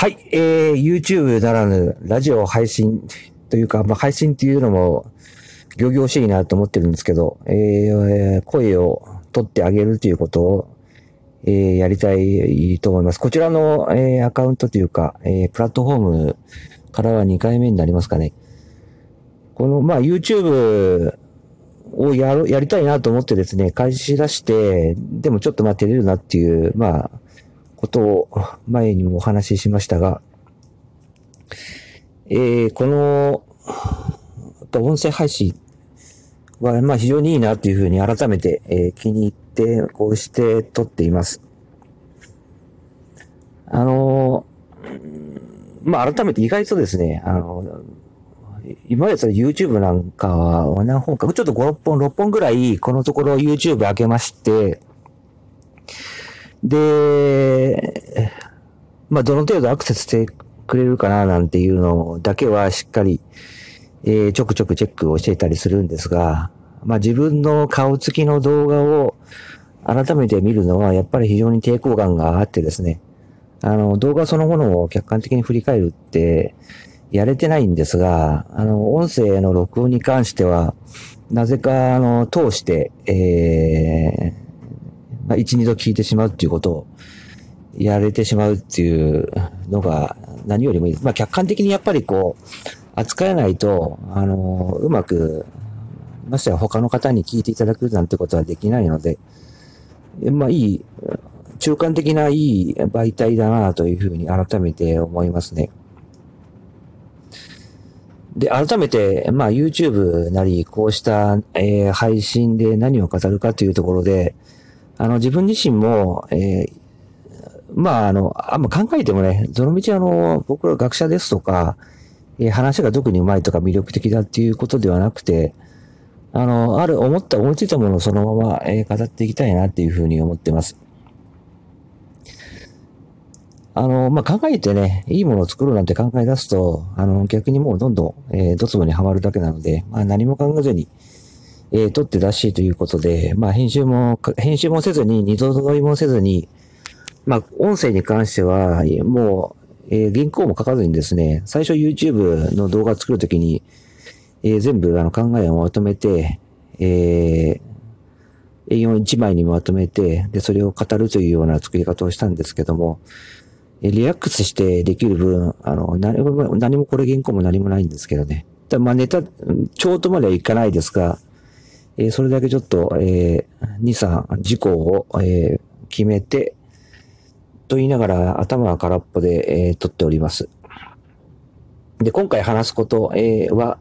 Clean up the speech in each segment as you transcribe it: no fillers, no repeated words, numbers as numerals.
はい、YouTube ならぬラジオ配信というか、配信っていうのも仰々しいなと思ってるんですけど、声を取ってあげるということを、やりたいと思います。こちらの、アカウントというか、プラットフォームからは2回目になりますかね。この、YouTube をやりたいなと思ってですね、開始し出して、でもちょっと照れるなっていう、ことを前にもお話ししましたが、この、音声配信は、非常にいいなというふうに改めて、気に入って、こうして撮っています。改めて意外とですね、今やったら YouTube なんかは何本か、ちょっと5、6本ぐらい、このところ YouTube 開けまして、で、どの程度アクセスしてくれるかななんていうのだけはしっかり、ちょくちょくチェックをしていたりするんですが、自分の顔つきの動画を改めて見るのはやっぱり非常に抵抗感があってですね、動画そのものを客観的に振り返るってやれてないんですが、音声の録音に関しては、なぜか、通して、一、二度聞いてしまうっていうことをやれてしまうっていうのが何よりもいいです。客観的にやっぱり扱えないと、うまく、ましてや他の方に聞いていただくなんてことはできないので、いい、中間的ないい媒体だなというふうに改めて思いますね。で、改めて、YouTube なり、こうした、配信で何を語るかというところで、自分自身も、あんま考えてもね、その道僕ら学者ですとか、話が特に上手いとか魅力的だっていうことではなくて、思いついたものをそのまま、語っていきたいなっていうふうに思ってます。考えてね、いいものを作るなんて考え出すと、逆にもうどんどん、ドツボにはまるだけなので、何も考えずに、撮って出しということで、編集もせずに、二度撮りもせずに、音声に関しては、もう、原稿も書かずにですね、最初 YouTube の動画を作るときに、全部考えをまとめて、A4 1枚にまとめて、で、それを語るというような作り方をしたんですけども、リラックスしてできる分、何もこれ原稿も何もないんですけどね。ネタ、長とまではいかないですが、それだけちょっと、2、3事項を、決めて、と言いながら頭は空っぽで、撮っております。で、今回話すこと、は、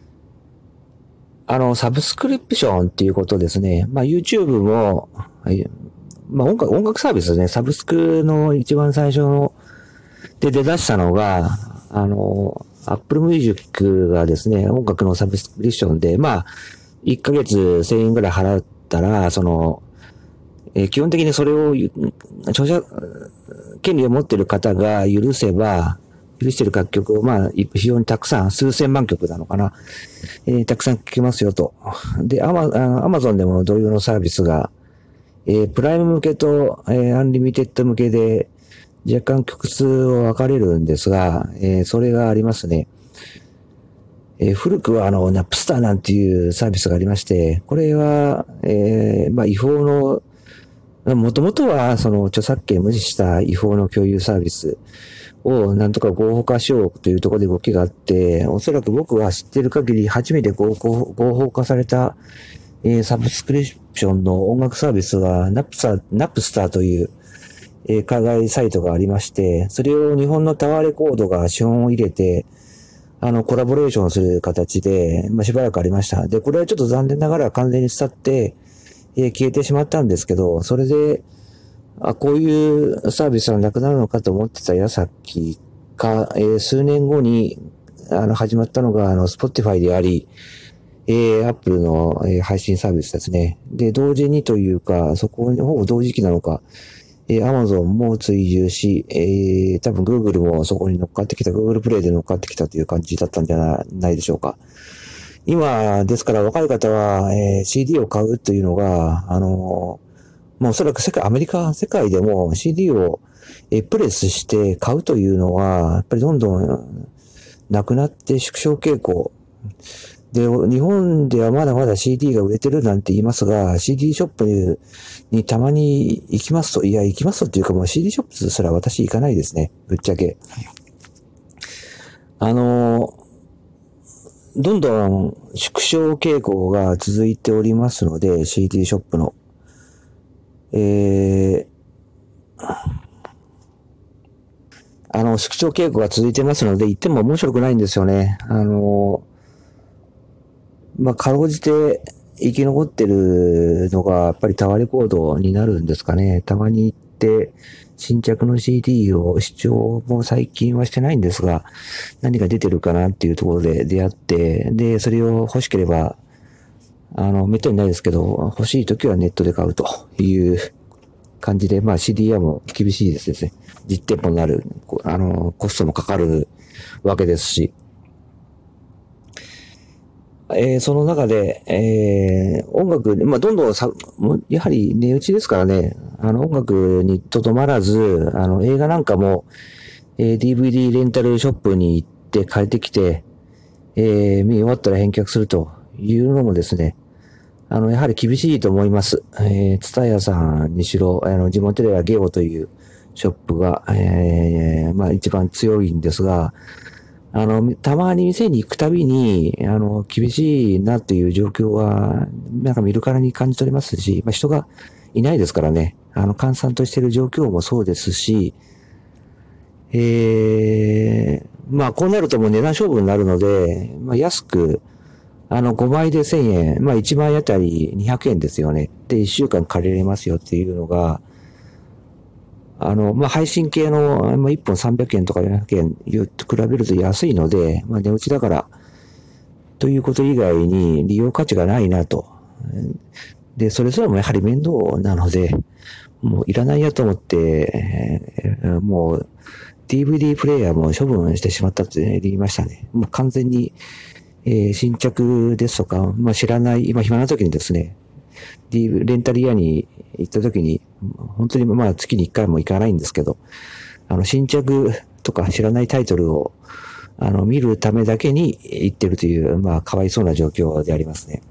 サブスクリプションっていうことですね。YouTube も、音楽サービスですね。サブスクの一番最初の、で出だしたのが、Apple Music がですね、音楽のサブスクリプションで、1ヶ月1000円ぐらい払ったら、基本的にそれを、著者、権利を持っている方が許せば、許している楽曲を、非常にたくさん、数千万曲なのかな。たくさん聴けますよと。で、Amazon でも同様のサービスが、プライム向けと、アンリミテッド向けで、若干曲数を分かれるんですが、それがありますね。古くはナプスターなんていうサービスがありまして、これは、違法の、もともとは著作権無視した違法の共有サービスをなんとか合法化しようというところで動きがあって、おそらく僕が知っている限り初めて合法化された、サブスクリプションの音楽サービスはナプスターという、海外サイトがありまして、それを日本のタワーレコードが資本を入れて、コラボレーションする形で、しばらくありました。で、これはちょっと残念ながら完全に伝って、消えてしまったんですけど、それで、こういうサービスはなくなるのかと思ってた矢先か、数年後に、始まったのが、Spotify であり、Apple の、配信サービスですね。で、同時にというか、そこにほぼ同時期なのか、Amazon も追従し、多分 Google もそこに乗っかってきた、Google プレイで乗っかってきたという感じだったんじゃないでしょうか。今、ですから若い方は、CD を買うというのが、 まあおそらく世界でも CD をプレスして買うというのは、やっぱりどんどんなくなって縮小傾向。で、日本ではまだまだ CD が売れてるなんて言いますが、CD ショップにたまに行きますと、行きますとっていうかもう CD ショップすら私行かないですね。ぶっちゃけ。どんどん縮小傾向が続いておりますので、CD ショップの。縮小傾向が続いてますので、言っても面白くないんですよね。かろうじて生き残ってるのが、やっぱりタワーレコードになるんですかね。たまに行って、新着の CD を視聴も最近はしてないんですが、何が出てるかなっていうところで出会って、で、それを欲しければ、めったにないですけど、欲しい時はネットで買うという感じで、CDR も厳しいですね。実店舗になる、コストもかかるわけですし、その中で、音楽、どんどんやはり値打ちですからね、音楽にとどまらず、映画なんかも、DVD レンタルショップに行って借りてきて、見終わったら返却するというのもですね、やはり厳しいと思います。ツタヤさんにしろ、地元ではゲオというショップが、一番強いんですが、たまに店に行くたびに、厳しいなっていう状況は、なんか見るからに感じ取れますし、人がいないですからね、閑散としている状況もそうですし、こうなるともう値段勝負になるので、安く、5枚で1000円、1枚あたり200円ですよね。で、1週間借りれますよっていうのが、配信系の、1本300円とか400円と比べると安いので、値打ちだから、ということ以外に利用価値がないなと。で、それぞれもやはり面倒なので、もういらないやと思って、もう DVD プレイヤーも処分してしまったって言いましたね。もう完全に、新着ですとか、知らない、今暇な時にですね、レンタル屋に行った時に、本当に月に1回も行かないんですけど、新着とか知らないタイトルを、見るためだけに行ってるという、かわいそうな状況でありますね。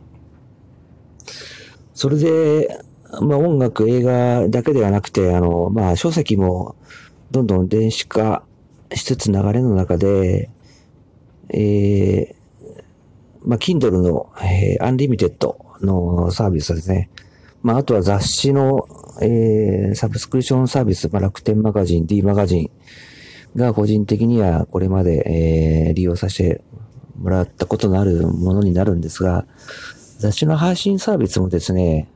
それで、音楽、映画だけではなくて、書籍もどんどん電子化しつつ流れの中で、Kindle の、アンリミテッドのサービスですね。あとは雑誌の、サブスクリプションサービス、楽天マガジン、D マガジンが個人的にはこれまで、利用させてもらったことのあるものになるんですが、雑誌の配信サービスもですね、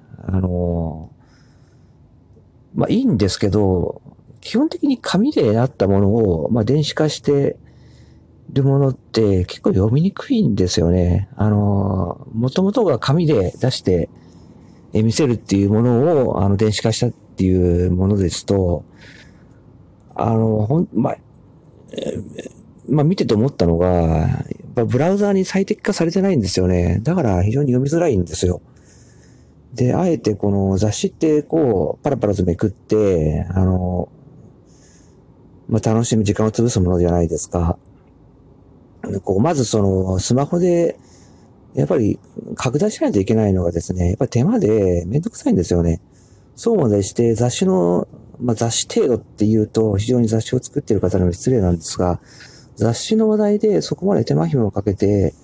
いいんですけど、基本的に紙であったものを、電子化してるものって結構読みにくいんですよね。元々が紙で出して見せるっていうものを電子化したっていうものですと、見てて思ったのが、ブラウザーに最適化されてないんですよね。だから非常に読みづらいんですよ。で、あえてこの雑誌ってパラパラとめくって、楽しむ時間を潰すものじゃないですか。まずスマホで、やっぱり拡大しないといけないのがですね、やっぱり手間でめんどくさいんですよね。そうまでして雑誌の、雑誌程度っていうと非常に雑誌を作っている方にも失礼なんですが、雑誌の話題でそこまで手間暇をかけて、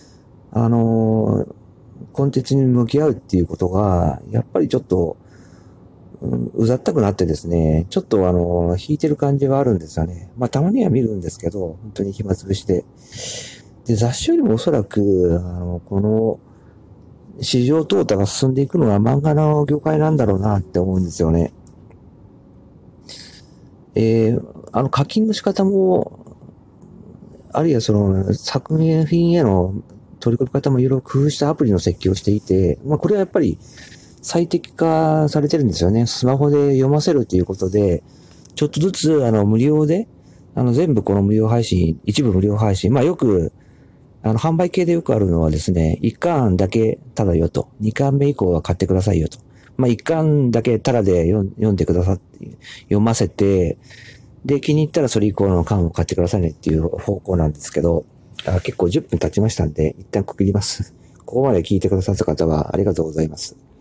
コンテンツに向き合うっていうことが、やっぱりちょっと、うざったくなってですね、ちょっと引いてる感じはあるんですよね。たまには見るんですけど、本当に暇つぶしで。で、雑誌よりもおそらく、この、市場淘汰が進んでいくのは漫画の業界なんだろうなって思うんですよね。課金の仕方も、あるいは作品への取り組み方もいろいろ工夫したアプリの設計をしていて、これはやっぱり最適化されてるんですよね。スマホで読ませるということで、ちょっとずつ無料で、全部この無料配信、一部無料配信、よく、販売系でよくあるのはですね、1巻だけただよと、2巻目以降は買ってくださいよと。 まあ、一巻だけタダで読んでくださって、読ませて、で、気に入ったらそれ以降の巻を買ってくださいねっていう方向なんですけど、結構10分経ちましたんで、一旦区切ります。ここまで聞いてくださった方はありがとうございます。